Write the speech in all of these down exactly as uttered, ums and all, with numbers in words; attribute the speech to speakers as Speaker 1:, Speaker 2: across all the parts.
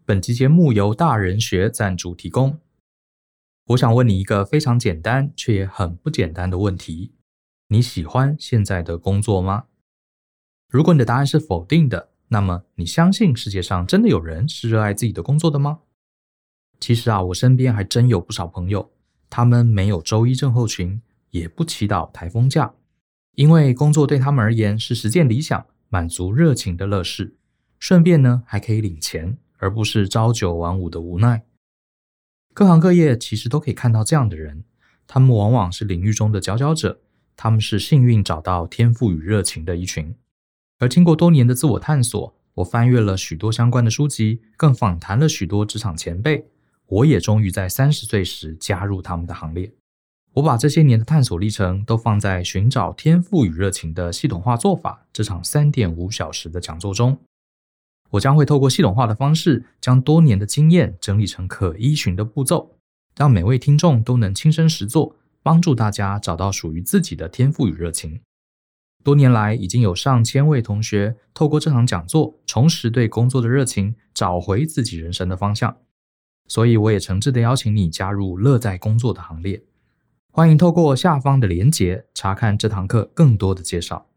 Speaker 1: 本期节目由大人学赞助提供。我想问你一个非常简单却也很不简单的问题：你喜欢现在的工作吗？如果你的答案是否定的，那么你相信世界上真的有人是热爱自己的工作的吗？其实啊，我身边还真有不少朋友，他们没有周一症候群，也不祈祷台风假，因为工作对他们而言是实践理想、满足热情的乐事，顺便呢还可以领钱，而不是朝九晚五的无奈。各行各业其实都可以看到这样的人，他们往往是领域中的佼佼者，他们是幸运找到天赋与热情的一群。而经过多年的自我探索，我翻阅了许多相关的书籍，更访谈了许多职场前辈，我也终于在三十岁时加入他们的行列。我把这些年的探索历程都放在寻找天赋与热情的系统化做法这场 三点五 小时的讲座中。我将会透过系统化的方式，将多年的经验整理成可依循的步骤，让每位听众都能亲身实作，帮助大家找到属于自己的天赋与热情。多年来，已经有上千位同学透过这场讲座，重拾对工作的热情，找回自己人生的方向。所以我也诚挚地邀请你加入乐在工作的行列。欢迎透过下方的连结查看这堂课更多的介绍。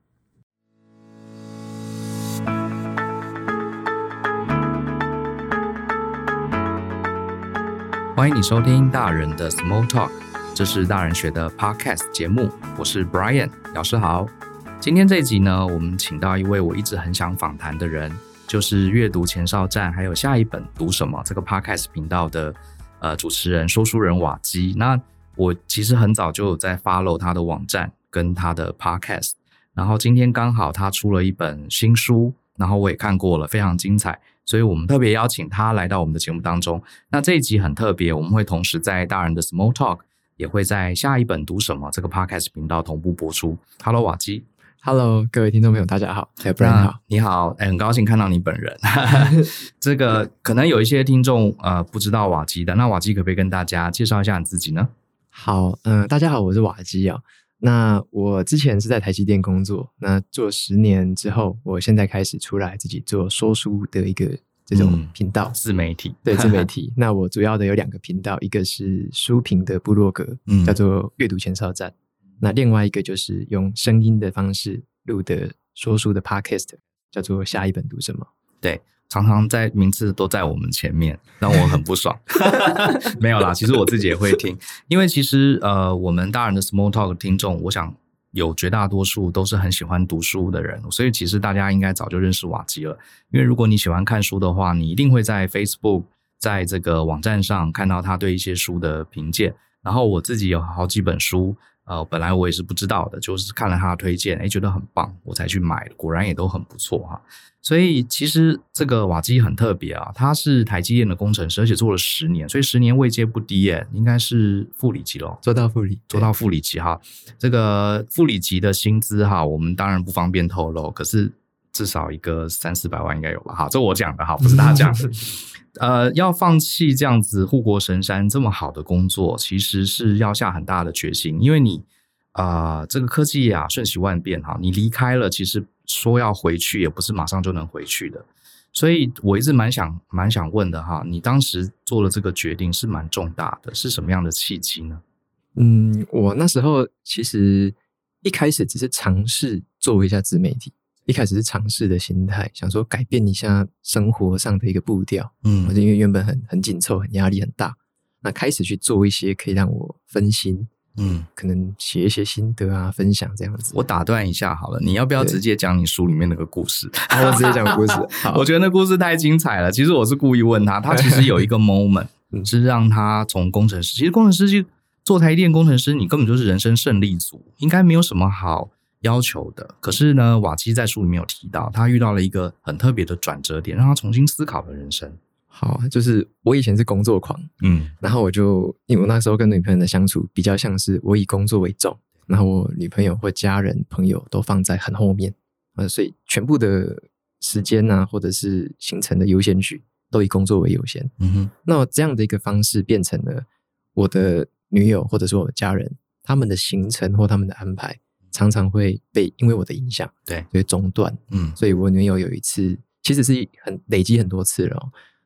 Speaker 1: 欢迎你收听大人的 Small Talk， 这是大人学的 Podcast 节目，我是 Brian 老师好。今天这一集呢，我们请到一位我一直很想访谈的人，就是阅读前哨站还有下一本读什么这个 Podcast 频道的呃主持人说书人瓦基。那我其实很早就有在 follow 他的网站跟他的 Podcast， 然后今天刚好他出了一本新书，然后我也看过了，非常精彩，所以我们特别邀请他来到我们的节目当中。那这一集很特别，我们会同时在大人的 Small Talk， 也会在下一本读什么这个 Podcast 频道同步播出。Hello 瓦基。
Speaker 2: Hello， 各位听众朋友，大家好。哎 ，Brian 好，
Speaker 1: 你好，哎，很高兴看到你本人。这个可能有一些听众呃不知道瓦基的，那瓦基可不可以跟大家介绍一下你自己呢？
Speaker 2: 好，嗯、呃，大家好，我是瓦基啊。那我之前是在台积电工作，那做十年之后，我现在开始出来自己做说书的一个这种频道，
Speaker 1: 嗯、自媒体。
Speaker 2: 对，自媒体。那我主要的有两个频道，一个是书评的部落格，嗯、叫做阅读前哨站。那另外一个就是用声音的方式录的说书的 podcast， 叫做下一本读什么。
Speaker 1: 对，常常在名次都在我们前面，让我很不爽。没有啦，其实我自己也会听，因为其实呃，我们大人的 Small Talk 的听众，我想有绝大多数都是很喜欢读书的人，所以其实大家应该早就认识瓦基了。因为如果你喜欢看书的话，你一定会在 Facebook 在这个网站上看到他对一些书的评鉴。然后我自己有好几本书。呃，本来我也是不知道的，就是看了他的推荐，诶，觉得很棒，我才去买的，果然也都很不错哈。所以其实这个瓦基很特别啊，他是台积电的工程师，而且做了十年，所以十年位阶不低耶，应该是副理级咯，
Speaker 2: 做到副理，
Speaker 1: 做到副理级哈。这个副理级的薪资哈，我们当然不方便透露，可是至少一个三四百万应该有吧？哈，这我讲的哈，不是他讲的。呃，要放弃这样子护国神山这么好的工作，其实是要下很大的决心，因为你啊、呃，这个科技啊瞬息万变哈，你离开了，其实说要回去也不是马上就能回去的。所以我一直蛮想蛮想问的哈，你当时做了这个决定是蛮重大的，是什么样的契机呢？
Speaker 2: 嗯，我那时候其实一开始只是尝试做一下自媒体。一开始是尝试的心态，想说改变一下生活上的一个步调，嗯，因为原本很很紧凑，很压力很大，那开始去做一些可以让我分心，嗯，可能写一些心得啊，分享这样子。
Speaker 1: 我打断一下好了，你要不要直接讲你书里面那个故事？
Speaker 2: 好，我直接讲故事。
Speaker 1: 我觉得那故事太精彩了。其实我是故意问他，他其实有一个 moment 是让他从工程师，其实工程师就做台积电工程师，你根本就是人生胜利组，应该没有什么好要求的。可是呢，瓦基在书里面有提到，他遇到了一个很特别的转折点，让他重新思考了人生。
Speaker 2: 好，就是我以前是工作狂，嗯，然后我就因为我那时候跟女朋友的相处比较像是我以工作为重，然后我女朋友或家人朋友都放在很后面，呃，所以全部的时间啊，或者是行程的优先序都以工作为优先。嗯哼，那这样的一个方式变成了我的女友或者是我的家人，他们的行程或他们的安排常常会被因为我的影响，
Speaker 1: 对，
Speaker 2: 所以中断。嗯，所以我女友有一次其实是很累积很多次了、哦，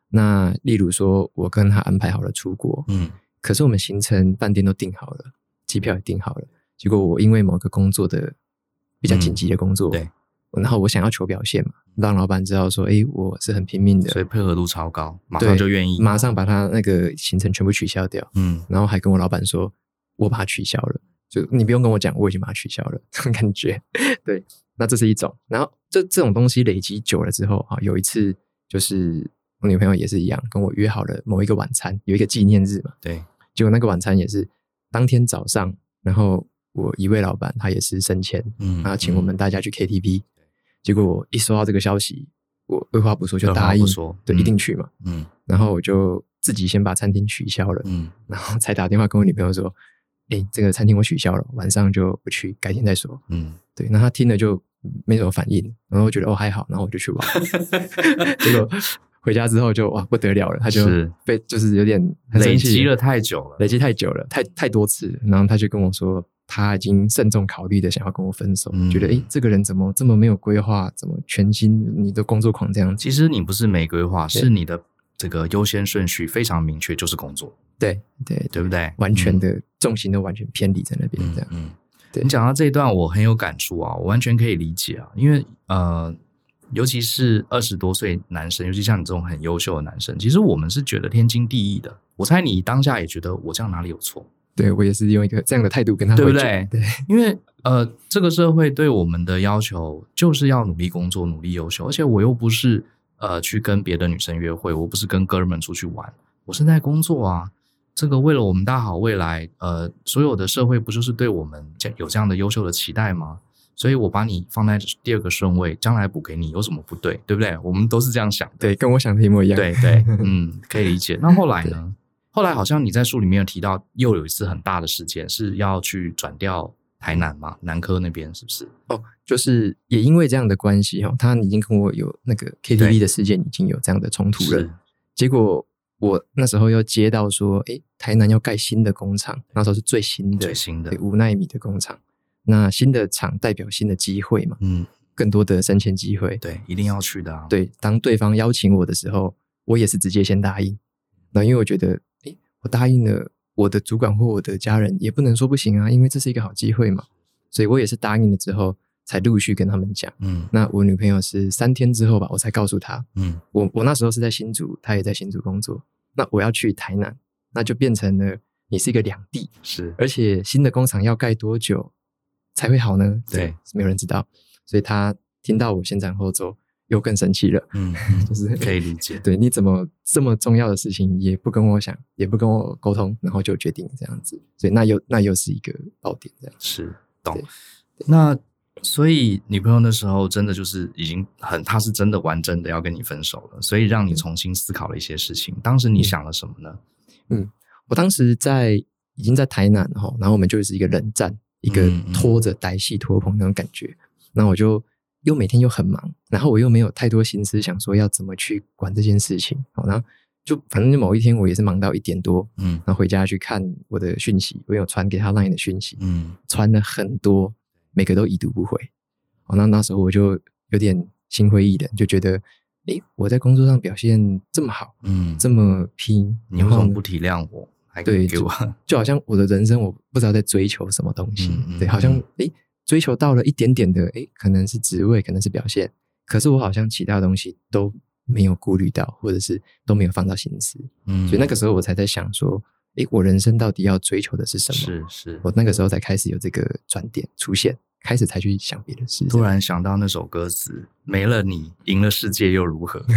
Speaker 2: 那例如说我跟他安排好了出国，嗯，可是我们行程饭店都订好了，机票也订好了，结果我因为某个工作的比较紧急的工作、嗯、对，然后我想要求表现嘛，让老板知道说诶我是很拼命的，
Speaker 1: 所以配合度超高，马上就愿意，
Speaker 2: 马上把他那个行程全部取消掉，嗯，然后还跟我老板说我把它取消了，就你不用跟我讲，我已经把它取消了，这种感觉。对，那这是一种。然后这这种东西累积久了之后，有一次就是我女朋友也是一样，跟我约好了某一个晚餐，有一个纪念日嘛。
Speaker 1: 对。
Speaker 2: 结果那个晚餐也是当天早上，然后我一位老板他也是升迁，嗯，然后请我们大家去 K T V、嗯。结果我一收到这个消息，我二话不说就答应，
Speaker 1: 说
Speaker 2: 对、
Speaker 1: 嗯，
Speaker 2: 一定去嘛。嗯。然后我就自己先把餐厅取消了，嗯，然后才打电话跟我女朋友说。诶，这个餐厅我取消了，晚上就不去，改天再说。嗯，对，那他听了就没什么反应，然后觉得哦还好，然后我就去玩。结果回家之后就哇不得了了，他就被就是有点很生气，
Speaker 1: 累积了太久了，
Speaker 2: 累积太久了，太太多次了。然后他就跟我说，他已经慎重考虑的想要跟我分手，嗯、觉得诶这个人怎么这么没有规划，怎么全心你的工作狂这样子。
Speaker 1: 其实你不是没规划，是你的这个优先顺序非常明确，就是工作。
Speaker 2: 对对
Speaker 1: 对不对？
Speaker 2: 完全的、嗯、重心都完全偏离在那边，这样。嗯，
Speaker 1: 对。你讲到这一段，我很有感触啊，我完全可以理解啊，因为呃，尤其是二十多岁男生，尤其像你这种很优秀的男生，其实我们是觉得天经地义的。我猜你当下也觉得我这样哪里有错？
Speaker 2: 对，我也是用一个这样的态度跟他
Speaker 1: 对不对？
Speaker 2: 对，
Speaker 1: 因为呃，这个社会对我们的要求就是要努力工作、努力优秀，而且我又不是呃去跟别的女生约会，我不是跟哥们出去玩，我是在工作啊。这个为了我们大好未来，呃，所有的社会不就是对我们有这样的优秀的期待吗？所以我把你放在第二个顺位，将来补给你有什么不对，对不对？我们都是这样想的。
Speaker 2: 对，跟我想的一模一样。
Speaker 1: 对对，嗯，可以理解。那后来呢？后来好像你在书里面有提到，又有一次很大的事件是要去转调台南嘛，南科那边是不是？
Speaker 2: 哦，就是也因为这样的关系哈，他已经跟我有那个 K T V 的事件已经有这样的冲突了，结果。我那时候又接到说，诶，台南要盖新的工厂，那时候是最新的、
Speaker 1: 最新的
Speaker 2: 五奈米的工厂。那新的厂代表新的机会嘛，嗯，更多的升迁机会，
Speaker 1: 对，一定要去的啊。
Speaker 2: 对，当对方邀请我的时候，我也是直接先答应。那因为我觉得，诶，我答应了，我的主管或我的家人也不能说不行啊，因为这是一个好机会嘛。所以我也是答应了之后，才陆续跟他们讲。嗯，那我女朋友是三天之后吧，我才告诉她。嗯，我我那时候是在新竹，她也在新竹工作。那我要去台南，那就变成了你是一个两地，
Speaker 1: 是，
Speaker 2: 而且新的工厂要盖多久才会好呢？
Speaker 1: 对，
Speaker 2: 没有人知道，所以他听到我先斩后奏，又更生气了。嗯，就是
Speaker 1: 可以理解。
Speaker 2: 对，你怎么这么重要的事情也不跟我讲，也不跟我沟通，然后就决定这样子，所以那又那又是一个爆点，这样
Speaker 1: 是懂。那所以女朋友那时候真的就是已经很，她是真的玩真的要跟你分手了，所以让你重新思考了一些事情。当时你想了什么呢？
Speaker 2: 嗯，我当时在已经在台南哈，然后我们就是一个冷战，一个拖着歹戏拖棚那种感觉。那我就又每天又很忙，然后我又没有太多心思想说要怎么去管这件事情。好，然后就反正某一天我也是忙到一点多，嗯，然后回家去看我的讯息，我有传给他 LINE 的讯息，嗯，传了很多。每个都已读不回，哦，那那时候我就有点心灰意冷，就觉得，诶，我在工作上表现这么好，嗯，这么拼，
Speaker 1: 你为什么不体谅我？还给我，
Speaker 2: 就, 就好像我的人生我不知道在追求什么东西，嗯嗯、对，好像诶追求到了一点点的，诶可能是职位，可能是表现，可是我好像其他东西都没有顾虑到，或者是都没有放到心思，嗯，所以那个时候我才在想说。诶，我人生到底要追求的是什么？
Speaker 1: 是是，
Speaker 2: 我那个时候才开始有这个转点出现，开始才去想别的事。
Speaker 1: 突然想到那首歌词：“没了你，赢了世界又如何？”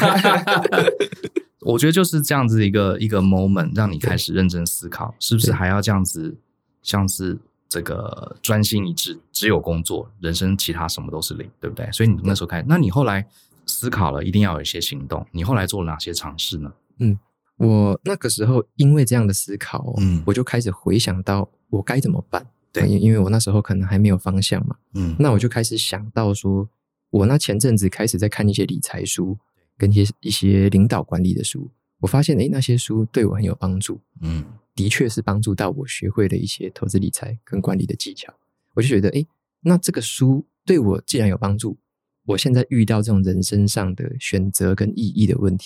Speaker 1: 我觉得就是这样子一个一个 moment， 让你开始认真思考，是不是还要这样子，像是这个专心一致，只有工作，人生其他什么都是零，对不对？所以你那时候开始，那你后来思考了，一定要有一些行动。你后来做了哪些尝试呢？
Speaker 2: 嗯。我那个时候因为这样的思考、哦嗯、我就开始回想到我该怎么办。
Speaker 1: 对，
Speaker 2: 因为我那时候可能还没有方向嘛。嗯，那我就开始想到说，我那前阵子开始在看一些理财书，跟一些一些领导管理的书，我发现诶那些书对我很有帮助。嗯，的确是帮助到我学会了一些投资理财跟管理的技巧。我就觉得诶那这个书对我既然有帮助，我现在遇到这种人生上的选择跟意义的问题，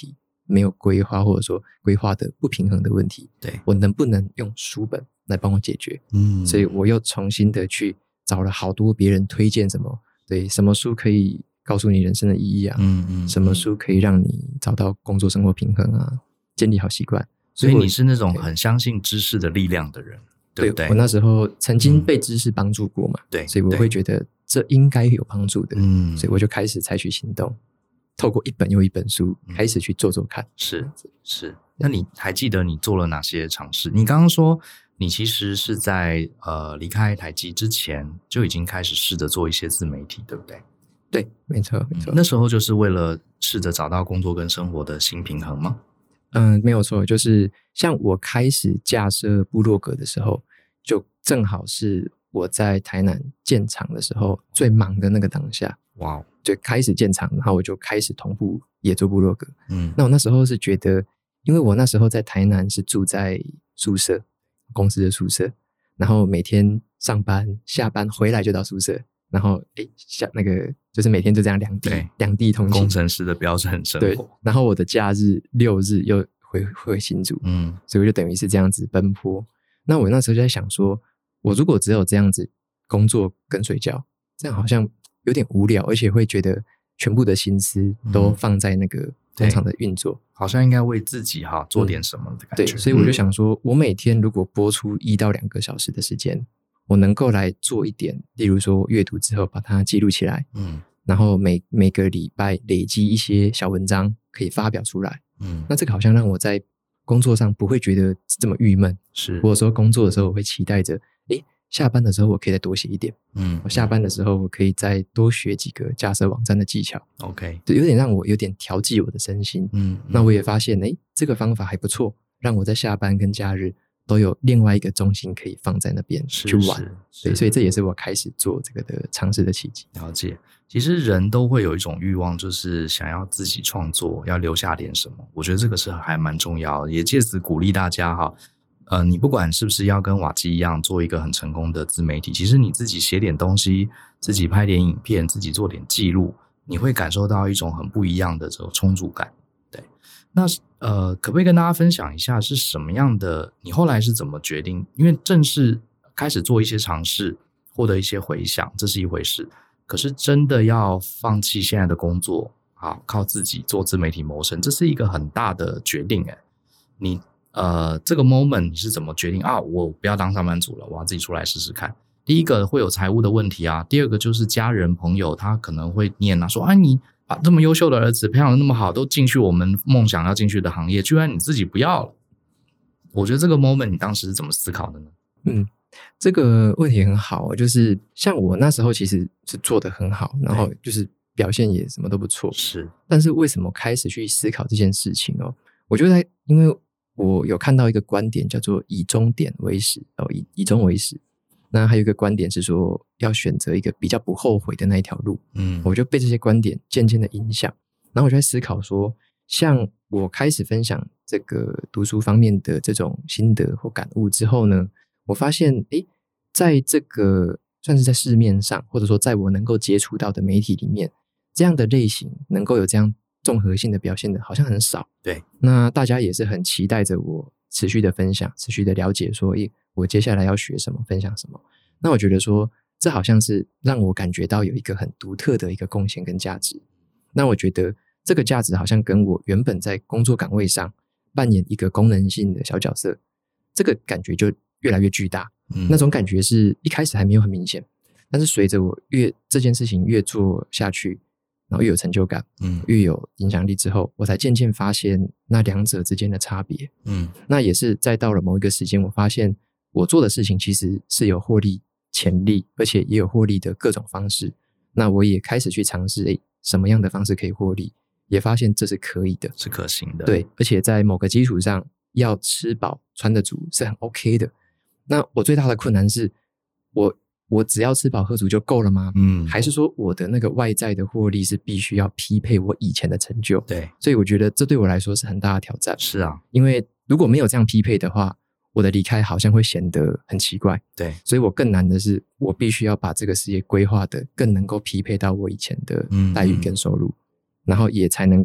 Speaker 2: 没有规划或者说规划的不平衡的问题，
Speaker 1: 对，
Speaker 2: 我能不能用书本来帮我解决？嗯，所以我又重新的去找了好多别人推荐什么，对，什么书可以告诉你人生的意义啊，嗯嗯，什么书可以让你找到工作生活平衡啊，建立好习惯。
Speaker 1: 所以你是那种很相信知识的力量的人， 对, 对不对？
Speaker 2: 我那时候曾经被知识帮助过嘛，嗯、对，所以我会觉得这应该有帮助的，嗯，所以我就开始采取行动，透过一本又一本书、嗯、开始去做做看。
Speaker 1: 是是，那你还记得你做了哪些尝试？你刚刚说你其实是在呃离开台积之前就已经开始试着做一些自媒体，对不对？
Speaker 2: 对，没错没错、
Speaker 1: 嗯。那时候就是为了试着找到工作跟生活的新平衡吗？
Speaker 2: 嗯，没有错，就是像我开始架设部落格的时候，就正好是我在台南建厂的时候最忙的那个当下。哇，就开始建厂，然后我就开始同步也做部落格。嗯，那我那时候是觉得，因为我那时候在台南是住在宿舍，公司的宿舍，然后每天上班下班回来就到宿舍，然后诶下那个就是每天就这样两地两地通勤，
Speaker 1: 工程师的标准生活。
Speaker 2: 对，然后我的假日六日又回回新竹，嗯，所以我就等于是这样子奔波。那我那时候就在想说，我如果只有这样子工作跟睡觉，这样好像有点无聊，而且会觉得全部的心思都放在那个工厂的运作，嗯、
Speaker 1: 好像应该为自己哈做点什么的感觉。
Speaker 2: 对，所以我就想说，嗯、我每天如果播出一到两个小时的时间，我能够来做一点，例如说阅读之后把它记录起来，嗯，然后每每个礼拜累积一些小文章可以发表出来，嗯，那这个好像让我在工作上不会觉得这么郁闷，是，或者说工作的时候我会期待着，诶，下班的时候我可以再多写一点，嗯，我下班的时候我可以再多学几个架设网站的技巧
Speaker 1: ，OK，
Speaker 2: 就有点让我有点调剂我的身心，嗯，那我也发现，诶，这个方法还不错，让我在下班跟假日都有另外一个重心可以放在那边去玩，对，所以这也是我开始做这个的尝试的契机。
Speaker 1: 了解，其实人都会有一种欲望，就是想要自己创作，要留下点什么。我觉得这个是还蛮重要的，也借此鼓励大家哈。呃，你不管是不是要跟瓦基一样做一个很成功的自媒体，其实你自己写点东西，自己拍点影片，自己做点记录，你会感受到一种很不一样的这种充足感。对，那呃，可不可以跟大家分享一下是什么样的？你后来是怎么决定？因为正是开始做一些尝试，获得一些回响，这是一回事。可是真的要放弃现在的工作，好靠自己做自媒体谋生，这是一个很大的决定诶。你呃，这个 moment 你是怎么决定啊？我不要当上班族了，我要自己出来试试看。第一个会有财务的问题啊，第二个就是家人朋友他可能会念啊，说啊你把这么优秀的儿子培养得那么好，都进去我们梦想要进去的行业，居然你自己不要了。我觉得这个 moment 你当时是怎么思考的呢？
Speaker 2: 嗯，这个问题很好，就是像我那时候其实是做得很好，然后就是表现也什么都不错，
Speaker 1: 是。但
Speaker 2: 是为什么开始去思考这件事情哦？我觉得在因为我有看到一个观点叫做以终点为始哦，以以终为始。那还有一个观点是说要选择一个比较不后悔的那一条路。嗯，我就被这些观点渐渐的影响，然后我就在思考说，像我开始分享这个读书方面的这种心得或感悟之后呢，我发现诶，在这个算是在市面上，或者说在我能够接触到的媒体里面，这样的类型能够有这样综合性的表现的好像很少。
Speaker 1: 对，
Speaker 2: 那大家也是很期待着我持续的分享，持续的了解说诶，我接下来要学什么，分享什么。那我觉得说这好像是让我感觉到有一个很独特的一个贡献跟价值。那我觉得这个价值好像跟我原本在工作岗位上扮演一个功能性的小角色，这个感觉就越来越巨大。嗯，那种感觉是一开始还没有很明显，但是随着我越这件事情越做下去，然后越有成就感，嗯，越有影响力之后，我才渐渐发现那两者之间的差别。嗯，那也是再到了某一个时间，我发现我做的事情其实是有获利潜力，而且也有获利的各种方式。那我也开始去尝试，诶，什么样的方式可以获利，也发现这是可以的，
Speaker 1: 是可行的。
Speaker 2: 对，而且在某个基础上，要吃饱穿得足是很 OK 的。那我最大的困难是，我我只要吃饱喝足就够了吗？嗯，还是说我的那个外在的获利是必须要匹配我以前的成就？
Speaker 1: 对，
Speaker 2: 所以我觉得这对我来说是很大的挑战。
Speaker 1: 是啊，
Speaker 2: 因为如果没有这样匹配的话，我的离开好像会显得很奇怪。
Speaker 1: 对，
Speaker 2: 所以我更难的是，我必须要把这个事业规划的更能够匹配到我以前的待遇跟收入，嗯嗯，然后也才能够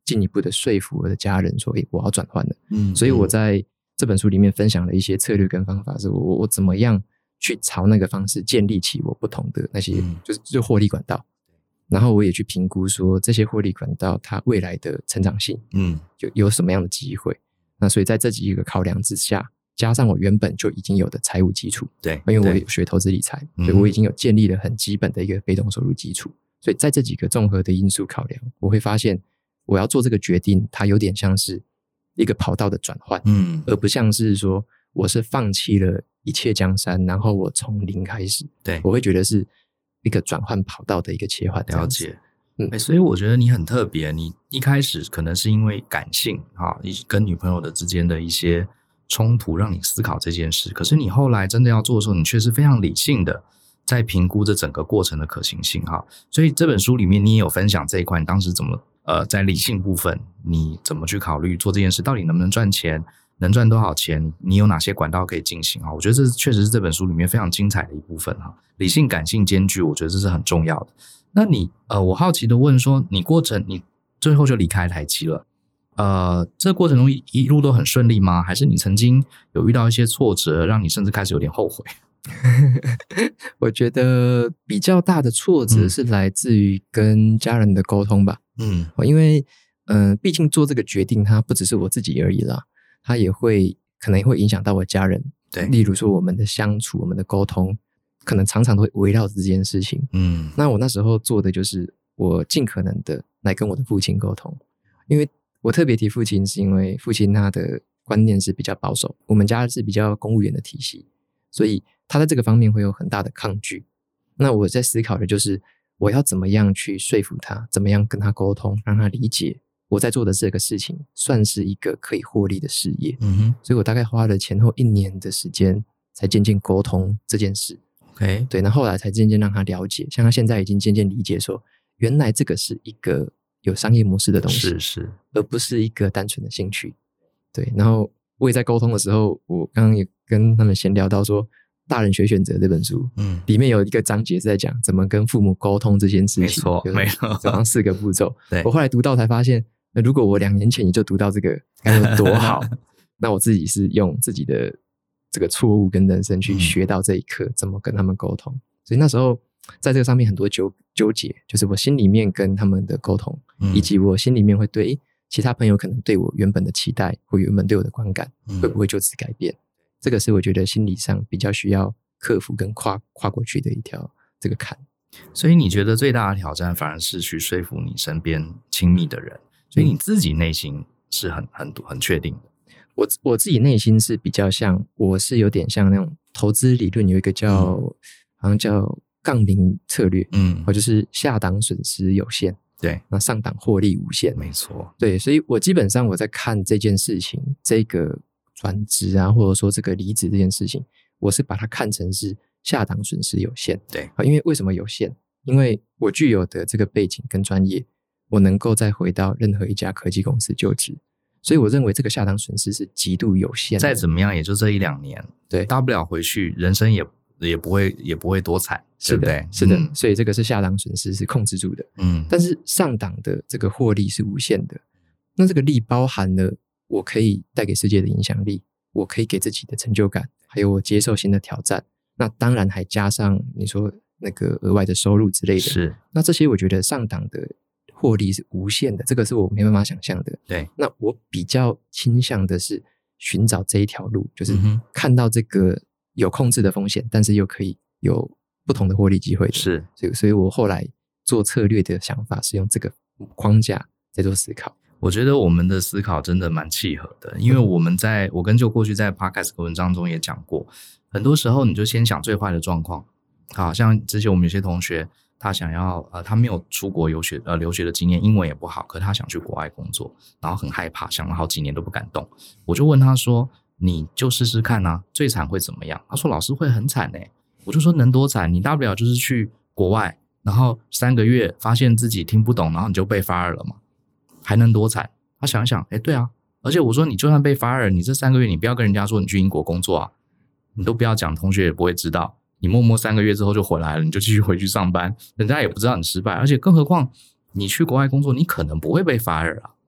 Speaker 2: 进一步的说服我的家人说，诶，我要转换了。嗯，所以我在这本书里面分享了一些策略跟方法，是我我怎么样去朝那个方式建立起我不同的那些、嗯、就是就获利管道。然后我也去评估说这些获利管道它未来的成长性，嗯，就有什么样的机会。那所以在这几个考量之下，加上我原本就已经有的财务基础，
Speaker 1: 对，
Speaker 2: 因为我有学投资理财，所以我已经有建立了很基本的一个被动收入基础。所以在这几个综合的因素考量，我会发现我要做这个决定，它有点像是一个跑道的转换，嗯，而不像是说我是放弃了一切江山，然后我从零开始。
Speaker 1: 对，
Speaker 2: 我会觉得是一个转换跑道的一个切换。
Speaker 1: 了解。嗯、欸，所以我觉得你很特别，你一开始可能是因为感性啊，跟女朋友的之间的一些冲突让你思考这件事，可是你后来真的要做的时候，你却是非常理性的在评估这整个过程的可行性哈。所以这本书里面你也有分享这一块，你当时怎么呃在理性部分你怎么去考虑做这件事到底能不能赚钱，能赚多少钱，你有哪些管道可以进行啊？我觉得这确实是这本书里面非常精彩的一部分哈。理性感性兼具，我觉得这是很重要的。那你呃，我好奇的问说，你过程你最后就离开台积了，呃，这个过程中一一路都很顺利吗？还是你曾经有遇到一些挫折，让你甚至开始有点后悔？
Speaker 2: 我觉得比较大的挫折是来自于跟家人的沟通吧。嗯，因为嗯、呃，毕竟做这个决定，它不只是我自己而已啦，它也会可能会影响到我家人。
Speaker 1: 对，
Speaker 2: 例如说我们的相处，我们的沟通。可能常常都会围绕着这件事情。嗯，那我那时候做的就是我尽可能的来跟我的父亲沟通，因为我特别提父亲是因为父亲他的观念是比较保守，我们家是比较公务员的体系，所以他在这个方面会有很大的抗拒。那我在思考的就是我要怎么样去说服他，怎么样跟他沟通，让他理解我在做的这个事情算是一个可以获利的事业。嗯哼，所以我大概花了前后一年的时间才渐渐沟通这件事。
Speaker 1: Okay.
Speaker 2: 对，那后来才渐渐让他了解，像他现在已经渐渐理解说，原来这个是一个有商业模式的东西，
Speaker 1: 是是，
Speaker 2: 而不是一个单纯的兴趣。对，然后我也在沟通的时候，我刚刚也跟他们闲聊到说，《大人学选择》这本书，嗯，里面有一个章节是在讲怎么跟父母沟通这件事情，
Speaker 1: 没错，没错，
Speaker 2: 好像四个步骤。
Speaker 1: 对，
Speaker 2: 我后来读到才发现，如果我两年前也就读到这个，该有多好。那我自己是用自己的这个错误跟人生去学到这一课、嗯、怎么跟他们沟通。所以那时候在这个上面很多纠纠结，就是我心里面跟他们的沟通、嗯、以及我心里面会对其他朋友可能对我原本的期待或原本对我的观感、嗯、会不会就此改变，这个是我觉得心理上比较需要克服跟跨跨过去的一条这个坎。
Speaker 1: 所以你觉得最大的挑战反而是去说服你身边亲密的人，所以你自己内心是很很很确定的。
Speaker 2: 我我自己内心是比较像，我是有点像那种投资理论有一个叫、嗯、好像叫杠铃策略，嗯，或就是下档损失有限，
Speaker 1: 对，
Speaker 2: 那上档获利无限，
Speaker 1: 没错，
Speaker 2: 对，所以我基本上我在看这件事情，这个转职啊，或者说这个离职这件事情，我是把它看成是下档损失有限，
Speaker 1: 对，
Speaker 2: 因为为什么有限？因为我具有的这个背景跟专业，我能够再回到任何一家科技公司就职。所以我认为这个下档损失是极度有限的，
Speaker 1: 再怎么样也就这一两年，
Speaker 2: 对，
Speaker 1: 大不了回去，人生也也不会也不会多惨，
Speaker 2: 是的，
Speaker 1: 对不对？
Speaker 2: 是的、
Speaker 1: 嗯，
Speaker 2: 所以这个是下档损失是控制住的，嗯，但是上档的这个获利是无限的。那这个利包含了我可以带给世界的影响力，我可以给自己的成就感，还有我接受新的挑战。那当然还加上你说那个额外的收入之类的，
Speaker 1: 是。
Speaker 2: 那这些我觉得上档的获利是无限的，这个是我没办法想象的。
Speaker 1: 对，
Speaker 2: 那我比较倾向的是寻找这一条路，就是看到这个有控制的风险，但是又可以有不同的获利机会的。
Speaker 1: 是，
Speaker 2: 所以所以我后来做策略的想法是用这个框架在做思考。
Speaker 1: 我觉得我们的思考真的蛮契合的，因为我们在我跟就过去在 podcast 的文章中也讲过，很多时候你就先想最坏的状况。好像之前我们有些同学他想要呃，他没有出国游学呃留学的经验，英文也不好，可是他想去国外工作，然后很害怕，想了好几年都不敢动。我就问他说：“你就试试看啊，最惨会怎么样？”他说：“老师会很惨欸。”我就说：“能多惨？你大不了就是去国外，然后三个月发现自己听不懂，然后你就被 fire 了嘛，还能多惨？”他想一想，哎，对啊，而且我说你就算被 fire， 你这三个月你不要跟人家说你去英国工作啊，你都不要讲，同学也不会知道。你默默三个月之后就回来了，你就继续回去上班，人家也不知道你失败，而且更何况你去国外工作，你可能不会被 fire 啊，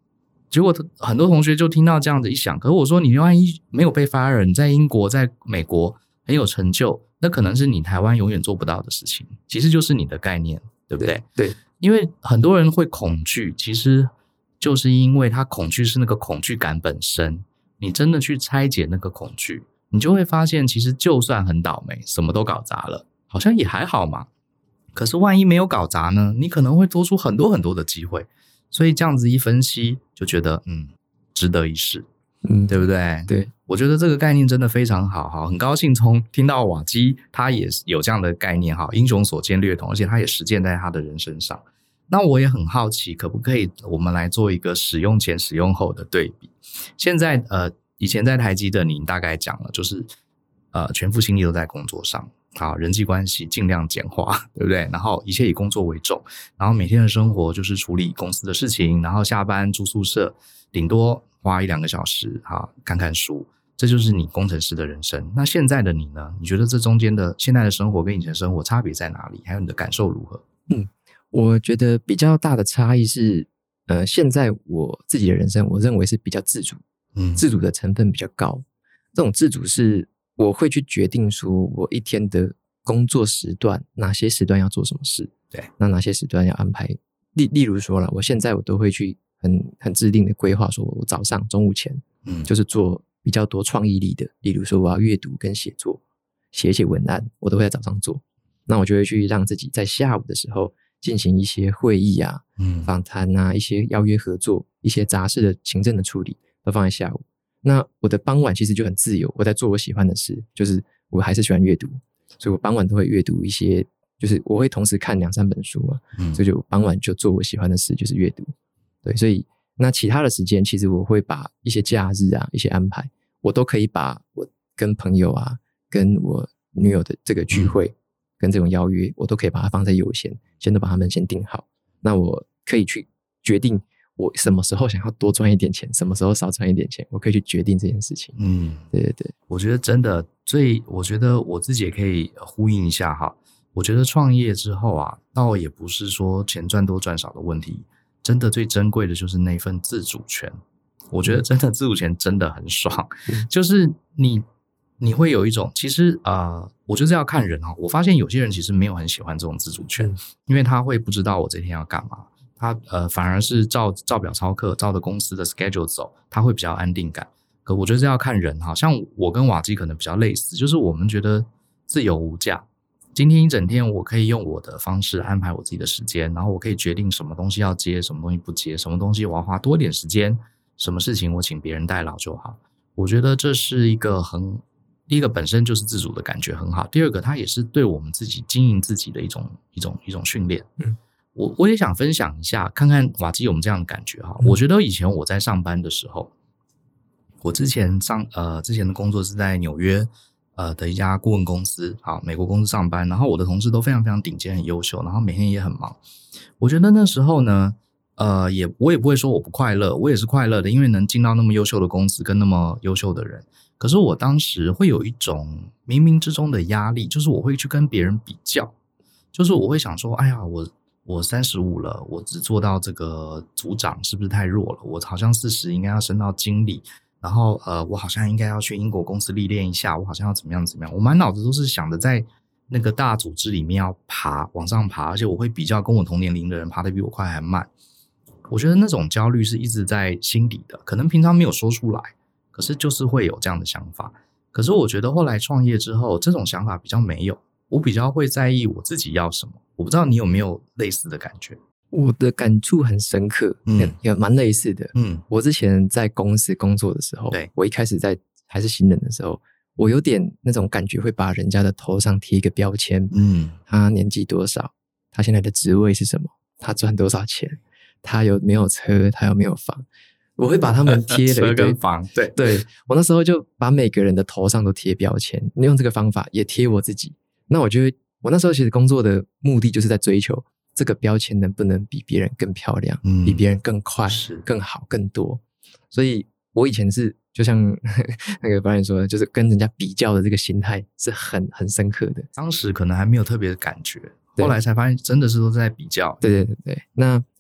Speaker 3: 结果很多同学就听到这样子一想，可是我说你万一没有被 fire， 你在英国在美国很有成就，那可能是你台湾永远做不到的事情，其实就是你的概念，对不对？
Speaker 2: 对，
Speaker 3: 因为很多人会恐惧，其实就是因为他恐惧是那个恐惧感本身，你真的去拆解那个恐惧，你就会发现其实就算很倒霉，什么都搞砸了，好像也还好嘛。可是万一没有搞砸呢，你可能会多出很多很多的机会。所以这样子一分析就觉得嗯，值得一试，嗯，对不对？
Speaker 2: 对，
Speaker 3: 我觉得这个概念真的非常好，好，很高兴从听到瓦基他也有这样的概念，好，英雄所见略同，而且他也实践在他的人身上。那我也很好奇，可不可以我们来做一个使用前使用后的对比？现在呃，以前在台积的你大概讲了，就是呃全副心力都在工作上。好，人际关系尽量简化，对不对？然后一切以工作为重，然后每天的生活就是处理公司的事情，然后下班住宿舍，顶多花一两个小时，好，看看书，这就是你工程师的人生。那现在的你呢？你觉得这中间的现在的生活跟以前的生活差别在哪里？还有你的感受如何？
Speaker 2: 嗯，我觉得比较大的差异是，呃，现在我自己的人生，我认为是比较自主，嗯，自主的成分比较高。这种自主是我会去决定说我一天的工作时段，哪些时段要做什么事，
Speaker 3: 对，
Speaker 2: 那哪些时段要安排。例例如说啦，我现在我都会去很很制定的规划，说我早上中午前，嗯，就是做比较多创意力的，例如说我要阅读跟写作，写一写文案，我都会在早上做。那我就会去让自己在下午的时候进行一些会议啊、嗯、访谈啊、一些邀约合作、一些杂事的行政的处理，都放在下午。那我的傍晚其实就很自由，我在做我喜欢的事，就是我还是喜欢阅读，所以我傍晚都会阅读一些，就是我会同时看两三本书嘛，嗯，所以就傍晚就做我喜欢的事，就是阅读。对，所以那其他的时间，其实我会把一些假日啊、一些安排，我都可以把我跟朋友啊、跟我女友的这个聚会、嗯、跟这种邀约，我都可以把它放在优先，先都把它们先定好。那我可以去决定。我什么时候想要多赚一点钱，什么时候少赚一点钱，我可以去决定这件事情。嗯，对对对，
Speaker 3: 我觉得真的最，我觉得我自己也可以呼应一下哈。我觉得创业之后啊，倒也不是说钱赚多赚少的问题，真的最珍贵的就是那份自主权。我觉得真的自主权真的很爽，嗯、就是你你会有一种，其实呃，我觉得要看人哈。我发现有些人其实没有很喜欢这种自主权，嗯、因为他会不知道我这天要干嘛。他呃反而是照照表操课，照着公司的 schedule 走，他会比较安定感。可我觉得这要看人哈，像我跟瓦基可能比较类似，就是我们觉得自由无价。今天一整天我可以用我的方式安排我自己的时间，然后我可以决定什么东西要接，什么东西不接，什么东西我要花多一点时间，什么事情我请别人代劳就好。我觉得这是一个很，第一个本身就是自主的感觉很好，第二个它也是对我们自己经营自己的一种一种一种训练。嗯。我我也想分享一下，看看瓦基有没有这样的感觉哈。嗯、我觉得以前我在上班的时候，我之前上呃之前的工作是在纽约呃的一家顾问公司，好，美国公司上班，然后我的同事都非常非常顶尖，很优秀，然后每天也很忙。我觉得那时候呢，呃，也我也不会说我不快乐，我也是快乐的，因为能进到那么优秀的公司，跟那么优秀的人。可是我当时会有一种冥冥之中的压力，就是我会去跟别人比较，就是我会想说，哎呀，我。我三十五了，我只做到这个组长，是不是太弱了？我好像四十应该要升到经理，然后呃，我好像应该要去英国公司历练一下，我好像要怎么样怎么样。我满脑子都是想着在那个大组织里面要爬，往上爬，而且我会比较跟我同年龄的人爬得比我快还慢。我觉得那种焦虑是一直在心底的，可能平常没有说出来，可是就是会有这样的想法。可是我觉得后来创业之后，这种想法比较没有。我比较会在意我自己要什么，我不知道你有没有类似的感觉？
Speaker 2: 我的感触很深刻，嗯，也蛮类似的。嗯，我之前在公司工作的时候，对，我一开始在还是新人的时候，我有点那种感觉，会把人家的头上贴一个标签，嗯，他年纪多少，他现在的职位是什么，他赚多少钱，他有没有车，他有没有房。我会把他们贴了一堆
Speaker 3: 车跟房，对
Speaker 2: 对，我那时候就把每个人的头上都贴标签，用这个方法也贴我自己。那我觉得我那时候其实工作的目的就是在追求这个标签能不能比别人更漂亮，嗯、比别人更快、更好、更多。所以我以前是就像那个导演说的，就是跟人家比较的这个心态是很很深刻的。
Speaker 3: 当时可能还没有特别的感觉，后来才发现真的是都在比较。
Speaker 2: 对对对对，那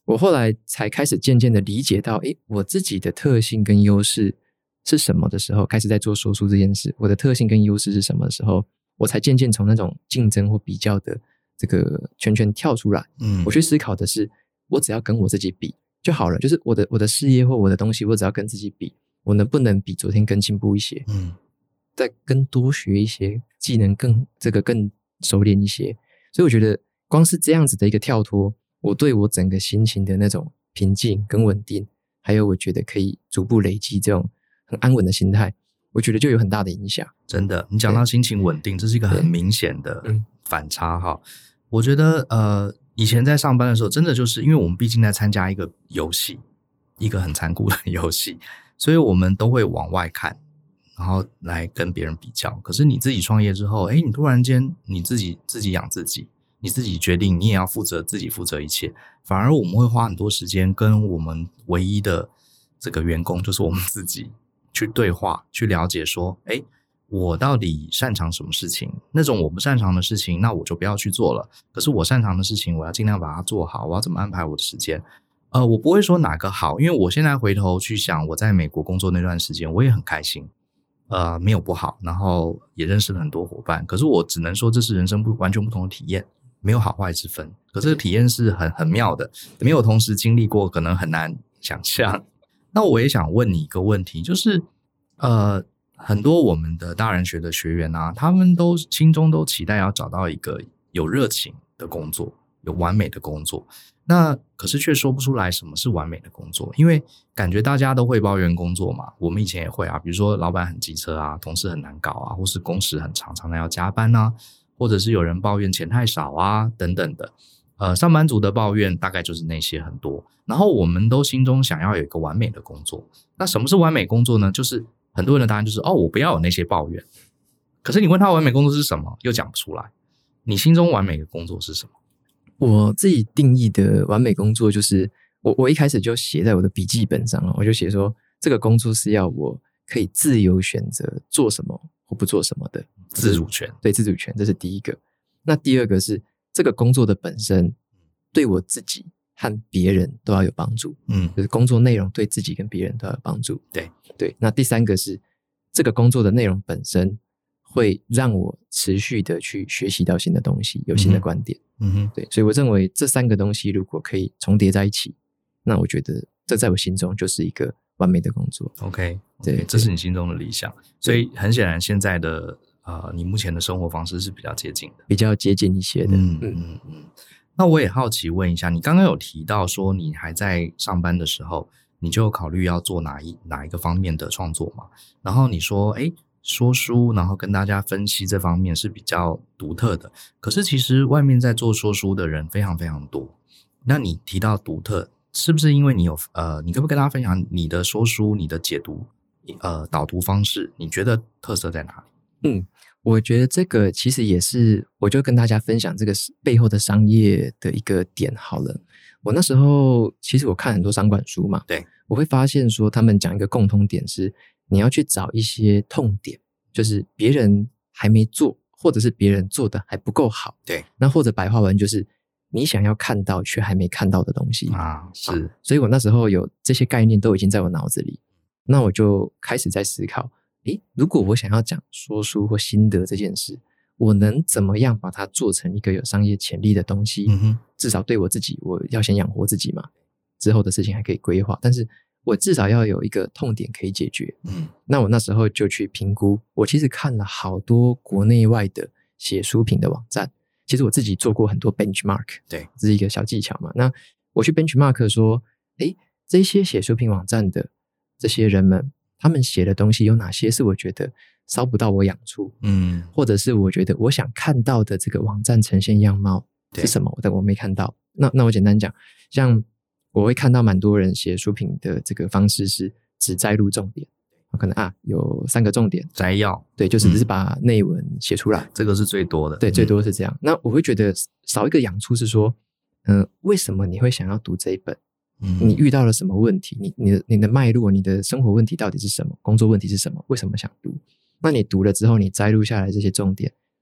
Speaker 2: 我后来才开始渐渐的理解到，诶，我自己的特性跟优势是什么的时候，开始在做说书这件事，我的特性跟优势是什么的时候，我才渐渐从那种竞争或比较的这个圈圈跳出来。嗯，我去思考的是，我只要跟我自己比就好了，就是我的我的事业或我的东西，我只要跟自己比，我能不能比昨天更进步一些？嗯，再更多学一些技能，更这个更熟练一些。所以我觉得，光是这样子的一个跳脱，我对我整个心情的那种平静跟稳定，还有我觉得可以逐步累积这种很安稳的心态，我觉得就有很大的影响。
Speaker 3: 真的，你讲到心情稳定，这是一个很明显的反差哈。我觉得呃，以前在上班的时候，真的就是因为我们毕竟在参加一个游戏，一个很残酷的游戏，所以我们都会往外看，然后来跟别人比较。可是你自己创业之后，诶，你突然间你自己自己养自己，你自己决定，你也要负责自己负责一切。反而我们会花很多时间跟我们唯一的这个员工，就是我们自己去对话，去了解说，诶，我到底擅长什么事情？那种我不擅长的事情，那我就不要去做了。可是我擅长的事情，我要尽量把它做好。我要怎么安排我的时间？呃，我不会说哪个好，因为我现在回头去想，我在美国工作那段时间，我也很开心，呃，没有不好，然后也认识了很多伙伴。可是我只能说，这是人生不完全不同的体验，没有好坏之分。可是这个体验是很很妙的，没有同时经历过，可能很难想象。那我也想问你一个问题，就是呃。很多我们的大人学的学员啊，他们都心中都期待要找到一个有热情的工作，有完美的工作。那可是却说不出来什么是完美的工作，因为感觉大家都会抱怨工作嘛，我们以前也会啊，比如说老板很机车啊，同事很难搞啊，或是工时很长，常常要加班啊，或者是有人抱怨钱太少啊，等等的。呃，上班族的抱怨大概就是那些很多。然后我们都心中想要有一个完美的工作。那什么是完美工作呢？就是很多人的答案就是哦，我不要有那些抱怨。可是你问他完美工作是什么，又讲不出来。你心中完美的工作是什么？
Speaker 2: 我自己定义的完美工作就是我我一开始就写在我的笔记本上了，我就写说这个工作是要我可以自由选择做什么或不做什么的
Speaker 3: 自主权。
Speaker 2: 对，自主权，这是第一个。那第二个是这个工作的本身对我自己和别人都要有帮助，嗯，就是工作内容对自己跟别人都要有帮助。
Speaker 3: 对
Speaker 2: 对，那第三个是这个工作的内容本身会让我持续的去学习到新的东西，有新的观点。嗯哼，对，所以我认为这三个东西如果可以重叠在一起，那我觉得这在我心中就是一个完美的工作。
Speaker 3: OK， 对，这是你心中的理想。所以很显然，现在的呃，你目前的生活方式是比较接近的，
Speaker 2: 比较接近一些的。
Speaker 3: 嗯嗯嗯。那我也好奇问一下，你刚刚有提到说你还在上班的时候，你就有考虑要做哪一哪一个方面的创作嘛？然后你说，诶，说书，然后跟大家分析这方面是比较独特的。可是其实外面在做说书的人非常非常多。那你提到独特，是不是因为你有呃，你可不可以跟大家分享你的说书、你的解读、呃导读方式？你觉得特色在哪里？
Speaker 2: 嗯。我觉得这个其实也是，我就跟大家分享这个背后的商业的一个点好了。我那时候其实我看很多商管书嘛，
Speaker 3: 对，
Speaker 2: 我会发现说他们讲一个共通点是，你要去找一些痛点，就是别人还没做，或者是别人做的还不够好，
Speaker 3: 对，
Speaker 2: 那或者白话文就是你想要看到却还没看到的东西
Speaker 3: 啊，是。
Speaker 2: 所以我那时候有这些概念都已经在我脑子里，那我就开始在思考。诶，如果我想要讲说书或心得这件事，我能怎么样把它做成一个有商业潜力的东西？嗯哼，至少对我自己，我要先养活自己嘛，之后的事情还可以规划，但是我至少要有一个痛点可以解决。嗯，那我那时候就去评估，我其实看了好多国内外的写书评的网站，其实我自己做过很多 benchmark，
Speaker 3: 对，
Speaker 2: 这是一个小技巧嘛。那我去 benchmark 说，诶，这些写书评网站的这些人们，他们写的东西有哪些是我觉得烧不到我痒处，嗯，或者是我觉得我想看到的这个网站呈现样貌是什么，但我没看到。那那我简单讲，像我会看到蛮多人写书评的这个方式是只摘录重点，可能啊有三个重点
Speaker 3: 摘要，
Speaker 2: 对，就是只是把内文写出来，
Speaker 3: 这个是最多的，
Speaker 2: 对，最多是这样。那我会觉得少一个痒处是说，嗯、呃，为什么你会想要读这一本？你遇到了什么问题？你你的你的脉络，你的生活问题到底是什么？工作问题是什么？为什么想读？那你读了之后，你摘录下来这些重点，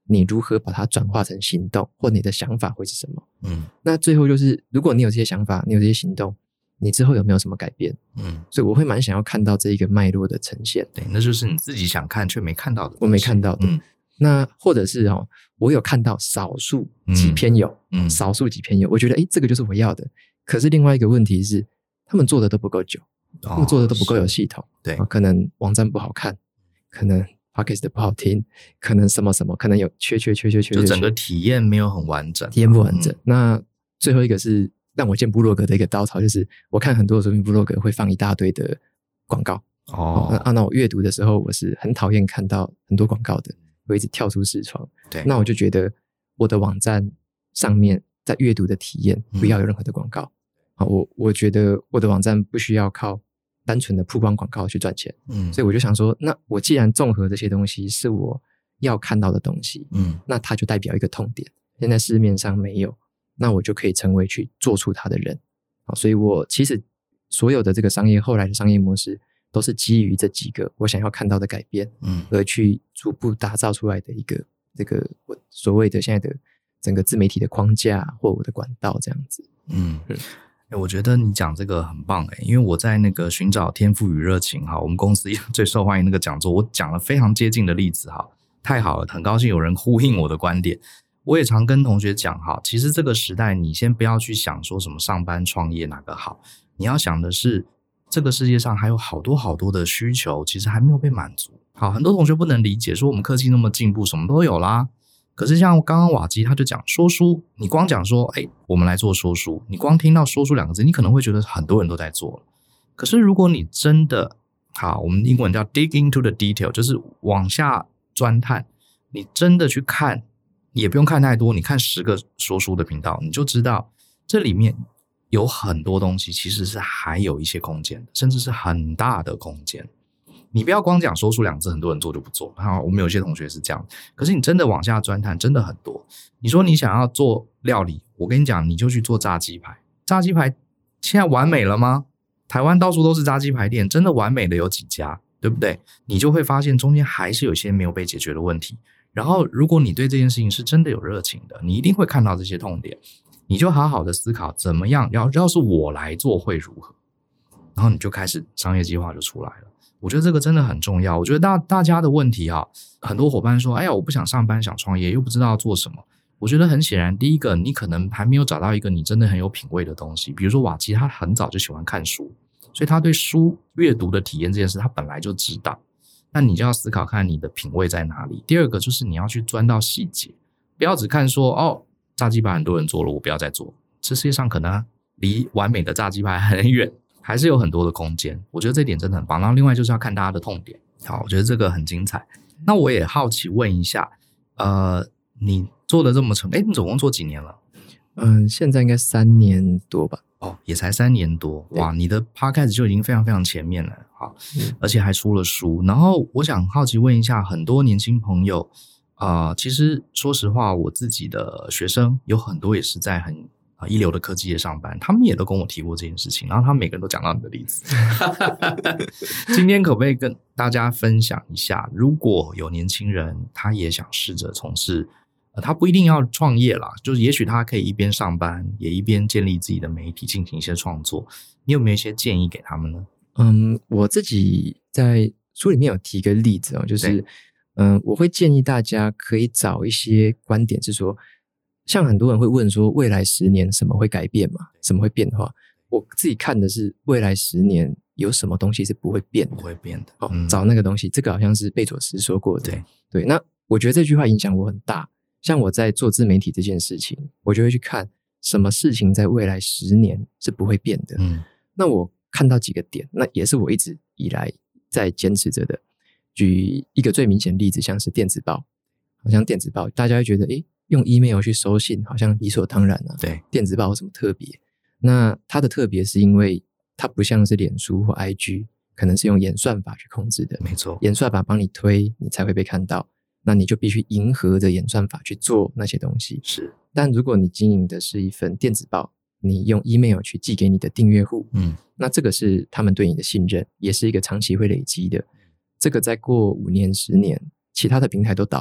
Speaker 2: 你如何把它转化成行动，或你的想法会是什么？
Speaker 3: 嗯，
Speaker 2: 那最后就是如果你有这些想法，你有这些行动，你之后有没有什么改变？
Speaker 3: 嗯，
Speaker 2: 所以我会蛮想要看到这一个脉络的呈现。
Speaker 3: 对，那就是你自己想看却没看到的东西，
Speaker 2: 我没看到的。嗯，那或者是哦，我有看到少数几篇有，嗯，嗯少数几篇有，我觉得诶这个就是我要的。可是另外一个问题是，他们做的都不够久，哦、他们做的都不够有系统。
Speaker 3: 对、
Speaker 2: 啊，可能网站不好看，可能 podcast 不好听，可能什么什么，可能有缺缺缺缺缺，
Speaker 3: 就整个体验没有很完整，
Speaker 2: 体验不完整。嗯、那最后一个是让我见部落格的一个稻草，就是我看很多的作品部落格会放一大堆的广告。
Speaker 3: 哦，
Speaker 2: 那、啊、那我阅读的时候，我是很讨厌看到很多广告的，会一直跳出视窗。
Speaker 3: 对，
Speaker 2: 那我就觉得我的网站上面在阅读的体验不要有任何的广告。嗯啊，我我觉得我的网站不需要靠单纯的曝光广告去赚钱，嗯，所以我就想说，那我既然综合这些东西是我要看到的东西，嗯，那它就代表一个痛点，现在市面上没有，那我就可以成为去做出它的人。好，所以我其实所有的这个商业后来的商业模式都是基于这几个我想要看到的改变，嗯，而去逐步打造出来的一个这个我所谓的现在的整个自媒体的框架或我的管道这样子，
Speaker 3: 嗯。嗯欸、我觉得你讲这个很棒欸，因为我在那个寻找天赋与热情哈，我们公司最受欢迎那个讲座，我讲了非常接近的例子哈，太好了，很高兴有人呼应我的观点。我也常跟同学讲哈，其实这个时代你先不要去想说什么上班创业哪个好，你要想的是这个世界上还有好多好多的需求其实还没有被满足。好，很多同学不能理解说我们科技那么进步，什么都有啦。可是像刚刚瓦基他就讲说书，你光讲说哎，我们来做说书，你光听到说书两个字，你可能会觉得很多人都在做了。可是如果你真的好，我们英文叫 dig into the detail， 就是往下钻探，你真的去看，也不用看太多，你看十个说书的频道，你就知道这里面有很多东西其实是还有一些空间的，甚至是很大的空间。你不要光讲说出两个字，很多人做就不做。好，我们有些同学是这样，可是你真的往下钻探，真的很多。你说你想要做料理，我跟你讲，你就去做炸鸡排。炸鸡排现在完美了吗？台湾到处都是炸鸡排店，真的完美的有几家，对不对？你就会发现中间还是有些没有被解决的问题。然后，如果你对这件事情是真的有热情的，你一定会看到这些痛点，你就好好的思考怎么样，要要是我来做会如何，然后你就开始商业计划就出来了。我觉得这个真的很重要。我觉得大大家的问题啊，很多伙伴说，哎呀，我不想上班，想创业，又不知道要做什么。我觉得很显然，第一个，你可能还没有找到一个你真的很有品味的东西。比如说瓦基，他很早就喜欢看书，所以他对书阅读的体验这件事，他本来就知道。那你就要思考看你的品味在哪里。第二个就是你要去钻到细节，不要只看说，哦，炸鸡排很多人做了，我不要再做。这世界上可能离完美的炸鸡排很远。还是有很多的空间，我觉得这点真的很棒。然后另外就是要看大家的痛点。好，我觉得这个很精彩。那我也好奇问一下，呃，你做的这么成，哎，你总共做几年了？
Speaker 2: 嗯，现在应该三年多吧。
Speaker 3: 哦，也才三年多，哇！你的 podcast 就已经非常非常前面了，好，嗯、而且还出了书。然后我想好奇问一下，很多年轻朋友，啊、呃，其实说实话，我自己的学生有很多也是在很。啊，一流的科技业上班，他们也都跟我提过这件事情，然后他们每个人都讲到你的例子。今天可不可以跟大家分享一下，如果有年轻人他也想试着从事、呃、他不一定要创业啦，就是也许他可以一边上班也一边建立自己的媒体进行一些创作，你有没有一些建议给他们呢？
Speaker 2: 嗯，我自己在书里面有提一个例子哦，就是嗯，我会建议大家可以找一些观点是说，像很多人会问说未来十年什么会改变嘛？什么会变化？我自己看的是未来十年有什么东西是不会变的，
Speaker 3: 不会变的。
Speaker 2: 哦，嗯、找那个东西，这个好像是贝佐斯说过的。
Speaker 3: 对
Speaker 2: 对，那我觉得这句话影响我很大。像我在做自媒体这件事情，我就会去看什么事情在未来十年是不会变的。嗯，那我看到几个点，那也是我一直以来在坚持着的。举一个最明显的例子，像是电子报，好像电子报大家会觉得，诶，用 email 去收信好像理所当然啊。
Speaker 3: 对，
Speaker 2: 电子报有什么特别？那它的特别是因为它不像是脸书或 I G， 可能是用演算法去控制的。
Speaker 3: 没错，
Speaker 2: 演算法帮你推，你才会被看到。那你就必须迎合着演算法去做那些东西。
Speaker 3: 是，
Speaker 2: 但如果你经营的是一份电子报，你用 email 去寄给你的订阅户，嗯，那这个是他们对你的信任，也是一个长期会累积的。这个再过五年、十年，其他的平台都倒了。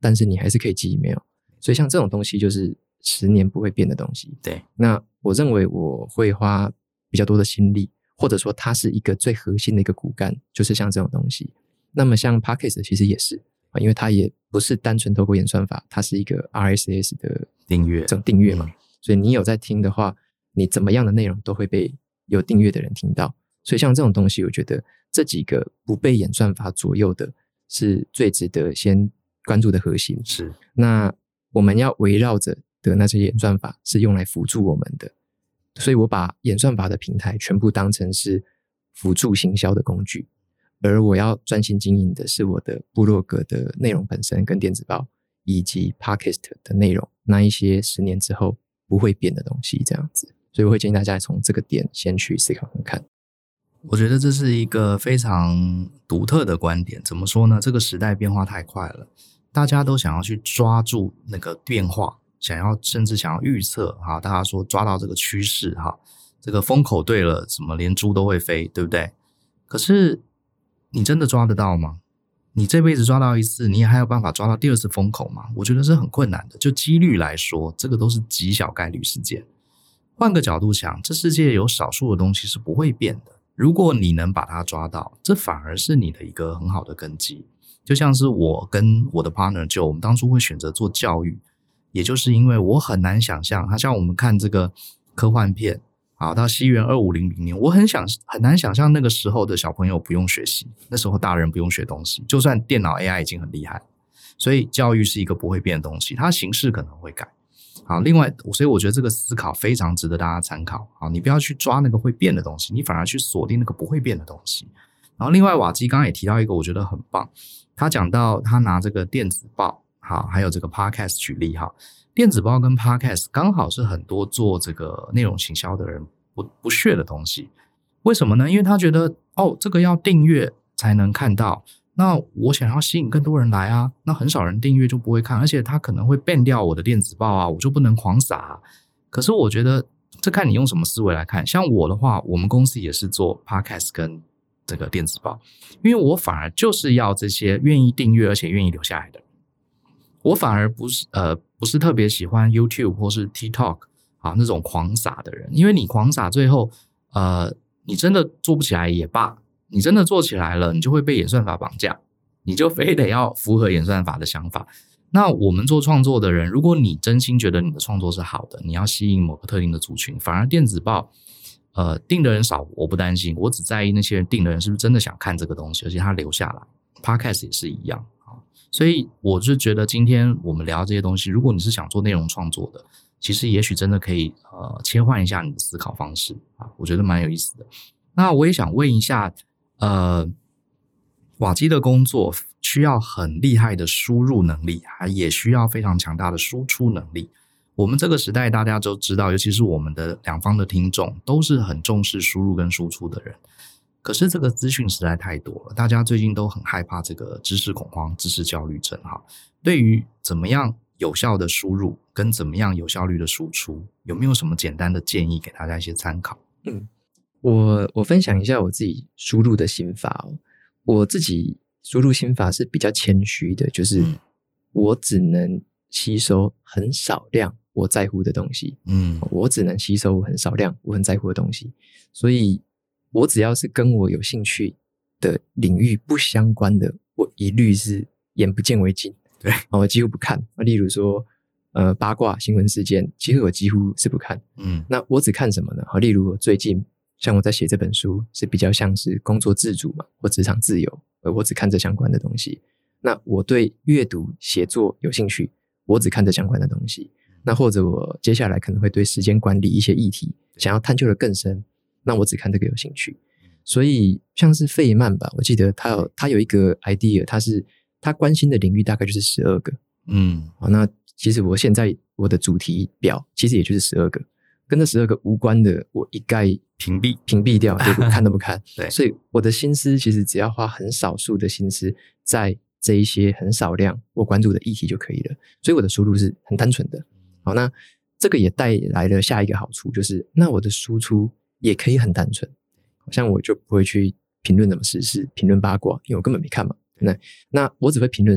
Speaker 2: 但是你还是可以寄 email。所以像这种东西就是十年不会变的东西。
Speaker 3: 对，
Speaker 2: 那我认为我会花比较多的心力，或者说它是一个最核心的一个骨干，就是像这种东西。那么像 Podcast 其实也是，因为它也不是单纯透过演算法，它是一个 R S S 的
Speaker 3: 订阅，
Speaker 2: 这种订阅嘛、嗯，所以你有在听的话，你怎么样的内容都会被有订阅的人听到。所以像这种东西，我觉得这几个不被演算法左右的是最值得先关注的核心。
Speaker 3: 是，
Speaker 2: 那我们要围绕着的那些演算法是用来辅助我们的，所以我把演算法的平台全部当成是辅助行销的工具，而我要专心经营的是我的部落格的内容本身跟电子报以及 Podcast 的内容，那一些十年之后不会变的东西这样子。所以我会建议大家从这个点先去思考看看。
Speaker 3: 我觉得这是一个非常独特的观点。怎么说呢？这个时代变化太快了，大家都想要去抓住那个变化，想要甚至想要预测哈，大家说抓到这个趋势哈，这个风口对了，什么连猪都会飞，对不对？可是你真的抓得到吗？你这辈子抓到一次，你也还有办法抓到第二次风口吗？我觉得是很困难的。就几率来说，这个都是极小概率事件。换个角度想，这世界有少数的东西是不会变的。如果你能把它抓到，这反而是你的一个很好的根基。就像是我跟我的 partner 就我们当初会选择做教育，也就是因为我很难想象，他像我们看这个科幻片，好，到西元二五零零年，我很想很难想象那个时候的小朋友不用学习，那时候大人不用学东西，就算电脑 A I 已经很厉害，所以教育是一个不会变的东西，它形式可能会改。好，另外，所以我觉得这个思考非常值得大家参考。好，你不要去抓那个会变的东西，你反而去锁定那个不会变的东西。然后，另外瓦基刚刚也提到一个，我觉得很棒。他讲到他拿这个电子报，好，还有这个 podcast 举例哈。电子报跟 podcast 刚好是很多做这个内容行销的人不不屑的东西。为什么呢？因为他觉得哦，这个要订阅才能看到。那我想要吸引更多人来啊，那很少人订阅就不会看，而且他可能会 ban 掉我的电子报啊，我就不能狂撒啊。可是我觉得这看你用什么思维来看。像我的话，我们公司也是做 podcast 跟这个电子报，因为我反而就是要这些愿意订阅而且愿意留下来的人。我反而不是呃不是特别喜欢 YouTube 或是 TikTok 啊那种狂撒的人，因为你狂撒最后呃你真的做不起来也罢。你真的做起来了，你就会被演算法绑架，你就非得要符合演算法的想法。那我们做创作的人，如果你真心觉得你的创作是好的，你要吸引某个特定的族群，反而电子报呃订的人少，我不担心，我只在意那些人订的人是不是真的想看这个东西，而且他留下来。 Podcast 也是一样。所以我就觉得今天我们聊这些东西，如果你是想做内容创作的，其实也许真的可以呃切换一下你的思考方式啊，我觉得蛮有意思的。那我也想问一下呃，瓦基的工作需要很厉害的输入能力，也需要非常强大的输出能力。我们这个时代大家都知道，尤其是我们的两方的听众都是很重视输入跟输出的人。可是这个资讯实在太多了，大家最近都很害怕这个知识恐慌、知识焦虑症哈。对于怎么样有效的输入跟怎么样有效率的输出，有没有什么简单的建议给大家一些参考？
Speaker 2: 嗯。我我分享一下我自己输入的心法哦。我自己输入心法是比较谦虚的，就是我只能吸收很少量我在乎的东西，嗯，我只能吸收很少量我很在乎的东西，所以我只要是跟我有兴趣的领域不相关的，我一律是眼不见为净，
Speaker 3: 对，
Speaker 2: 我几乎不看。例如说呃八卦新闻事件，其实我几乎是不看，嗯，那我只看什么呢？例如我最近像我在写这本书是比较像是工作自主嘛，或职场自由，我只看这相关的东西。那我对阅读写作有兴趣，我只看这相关的东西。那或者我接下来可能会对时间管理一些议题想要探究的更深，那我只看这个有兴趣。所以像是费曼吧，我记得他有他有一个 idea， 他是他关心的领域大概就是十二个，嗯，好，那其实我现在我的主题表其实也就是十二个，跟这十二个无关的我一概
Speaker 3: 屏蔽
Speaker 2: 屏蔽掉，就不看都不看。
Speaker 3: 对，
Speaker 2: 所以我的心思其实只要花很少数的心思在这一些很少量我关注的议题就可以了。所以我的输入是很单纯的。好，那这个也带来了下一个好处，就是那我的输出也可以很单纯。像我就不会去评论什么时事，评论八卦，因为我根本没看嘛。那那我只会评论什么？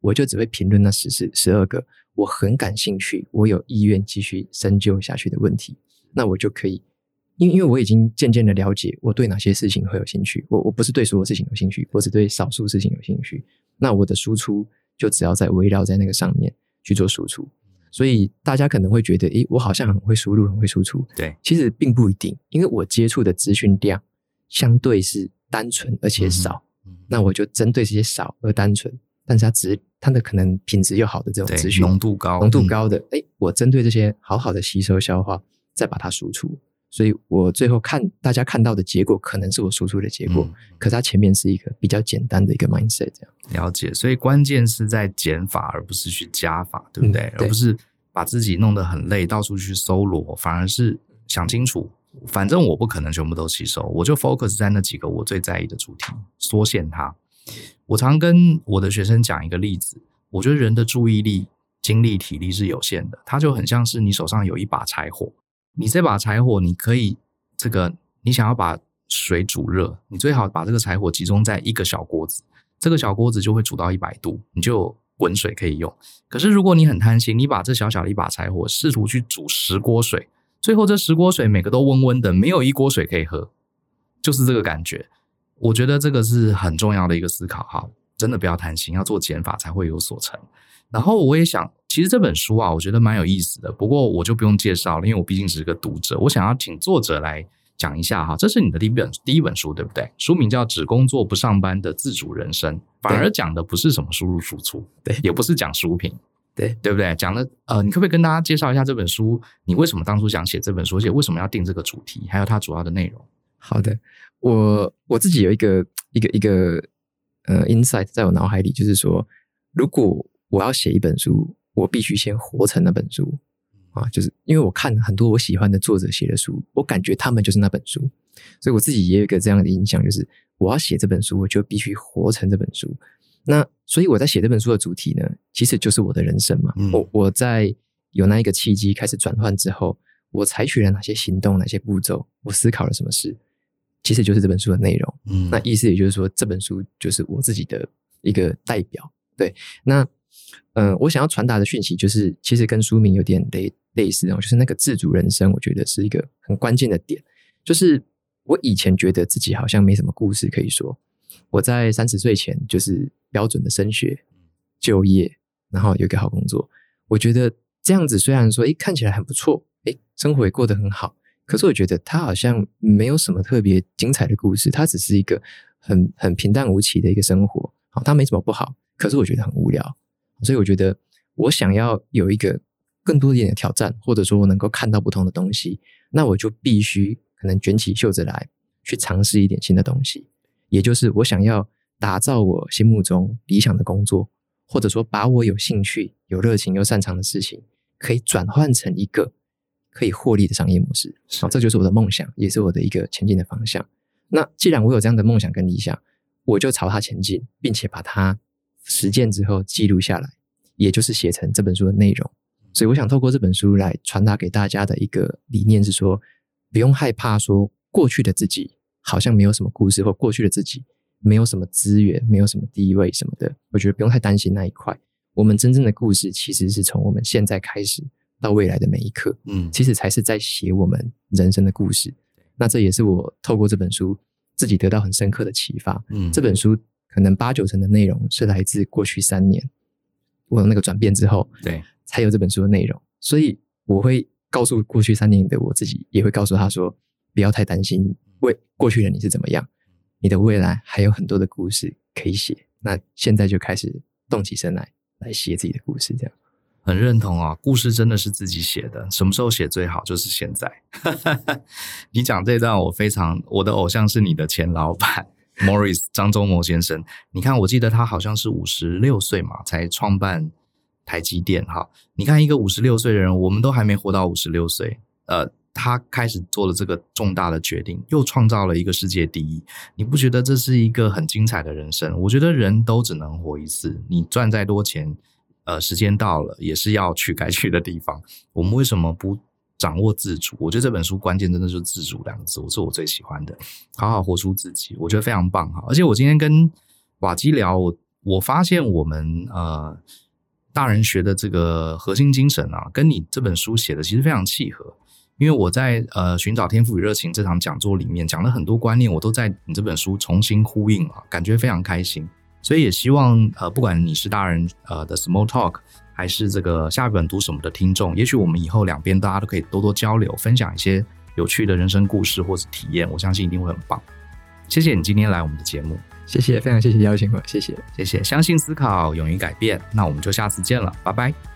Speaker 2: 我就只会评论那十四十二个我很感兴趣，我有意愿继续深究下去的问题。那我就可以，因为因为我已经渐渐的了解我对哪些事情会有兴趣，我我不是对所有事情有兴趣，我只对少数事情有兴趣。那我的输出就只要在围绕在那个上面去做输出。所以大家可能会觉得，诶，我好像很会输入，很会输出。
Speaker 3: 对，
Speaker 2: 其实并不一定，因为我接触的资讯量相对是单纯而且少，嗯、那我就针对这些少而单纯，但是它质它的可能品质又好的这种资讯，
Speaker 3: 浓度高，
Speaker 2: 浓度高的，诶、嗯，我针对这些好好的吸收消化，再把它输出。所以我最后看大家看到的结果可能是我输出的结果、嗯、可是它前面是一个比较简单的一个 mindset 这样。
Speaker 3: 了解，所以关键是在减法而不是去加法，对不对、嗯、对，而不是把自己弄得很累到处去搜罗，反而是想清楚反正我不可能全部都吸收，我就 focus 在那几个我最在意的主题，缩限它。我常跟我的学生讲一个例子，我觉得人的注意力精力体力是有限的，它就很像是你手上有一把柴火，你这把柴火你可以这个你想要把水煮热，你最好把这个柴火集中在一个小锅子，这个小锅子就会煮到一百度，你就有滚水可以用。可是如果你很贪心，你把这小小的一把柴火试图去煮十锅水，最后这十锅水每个都温温的，没有一锅水可以喝，就是这个感觉。我觉得这个是很重要的一个思考哈，真的不要贪心，要做减法才会有所成。然后我也想，其实这本书啊，我觉得蛮有意思的，不过我就不用介绍了，因为我毕竟只是个读者。我想要请作者来讲一下哈，这是你的第一本第一本书对不对？书名叫《只工作不上班的自主人生》，反而讲的不是什么输入输出，对，也不是讲书评，
Speaker 2: 对，
Speaker 3: 对不对？讲的呃，你可不可以跟大家介绍一下这本书？你为什么当初想写这本书，而且为什么要定这个主题，还有它主要的内容？
Speaker 2: 好的，我我自己有一个一个一个呃 insight 在我脑海里，就是说，如果我要写一本书，我必须先活成那本书啊，就是因为我看很多我喜欢的作者写的书，我感觉他们就是那本书，所以我自己也有一个这样的影响，就是我要写这本书，我就必须活成这本书。那所以我在写这本书的主题呢，其实就是我的人生嘛。嗯、我我在有那一个契机开始转换之后，我采取了哪些行动，哪些步骤，我思考了什么事，其实就是这本书的内容。嗯，那意思也就是说，这本书就是我自己的一个代表。对，那嗯、呃，我想要传达的讯息就是，其实跟书名有点类类似哦，就是那个自主人生，我觉得是一个很关键的点。就是我以前觉得自己好像没什么故事可以说，我在三十岁前就是标准的升学、就业，然后有一个好工作。我觉得这样子虽然说，诶，看起来很不错，诶，生活也过得很好，可是我觉得它好像没有什么特别精彩的故事，它只是一个很很平淡无奇的一个生活。好，它没什么不好，可是我觉得很无聊。所以我觉得我想要有一个更多一点的挑战，或者说我能够看到不同的东西，那我就必须可能卷起袖子来去尝试一点新的东西。也就是我想要打造我心目中理想的工作，或者说把我有兴趣、有热情又擅长的事情可以转换成一个可以获利的商业模式。好，这就是我的梦想，也是我的一个前进的方向。那既然我有这样的梦想跟理想，我就朝它前进，并且把它实践之后记录下来，也就是写成这本书的内容。所以我想透过这本书来传达给大家的一个理念是说，不用害怕说过去的自己好像没有什么故事，或过去的自己没有什么资源，没有什么地位什么的，我觉得不用太担心那一块。我们真正的故事其实是从我们现在开始到未来的每一刻，嗯，其实才是在写我们人生的故事。那这也是我透过这本书自己得到很深刻的启发。嗯，这本书可能八九成的内容是来自过去三年我有那个转变之后，对，才有这本书的内容。所以我会告诉过去三年的我自己，也会告诉他说，不要太担心为过去的你是怎么样，你的未来还有很多的故事可以写。那现在就开始动起身来，来写自己的故事，这样。
Speaker 3: 很认同啊，故事真的是自己写的，什么时候写最好就是现在。你讲这段我非常，我的偶像是你的前老板Morris 张忠谋先生。你看，我记得他好像是五十六岁嘛，才创办台积电哈。你看一个五十六岁的人，我们都还没活到五十六岁，呃，他开始做了这个重大的决定，又创造了一个世界第一。你不觉得这是一个很精彩的人生？我觉得人都只能活一次，你赚再多钱，呃，时间到了也是要去该去的地方。我们为什么不掌握自主？我觉得这本书关键真的就是自主两个字，我是我最喜欢的。好好活出自己，我觉得非常棒哈。而且我今天跟瓦基聊，我我发现我们呃大人学的这个核心精神啊，跟你这本书写的其实非常契合。因为我在呃寻找天赋与热情这场讲座里面讲了很多观念，我都在你这本书重新呼应了，感觉非常开心。所以也希望呃不管你是大人呃的 Small Talk， 还是这个下一本读什么的听众，也许我们以后两边大家都可以多多交流，分享一些有趣的人生故事或是体验，我相信一定会很棒。谢谢你今天来我们的节目。
Speaker 2: 谢谢，非常谢谢邀请我，谢谢，
Speaker 3: 谢谢。相信思考，勇于改变，那我们就下次见了，拜拜。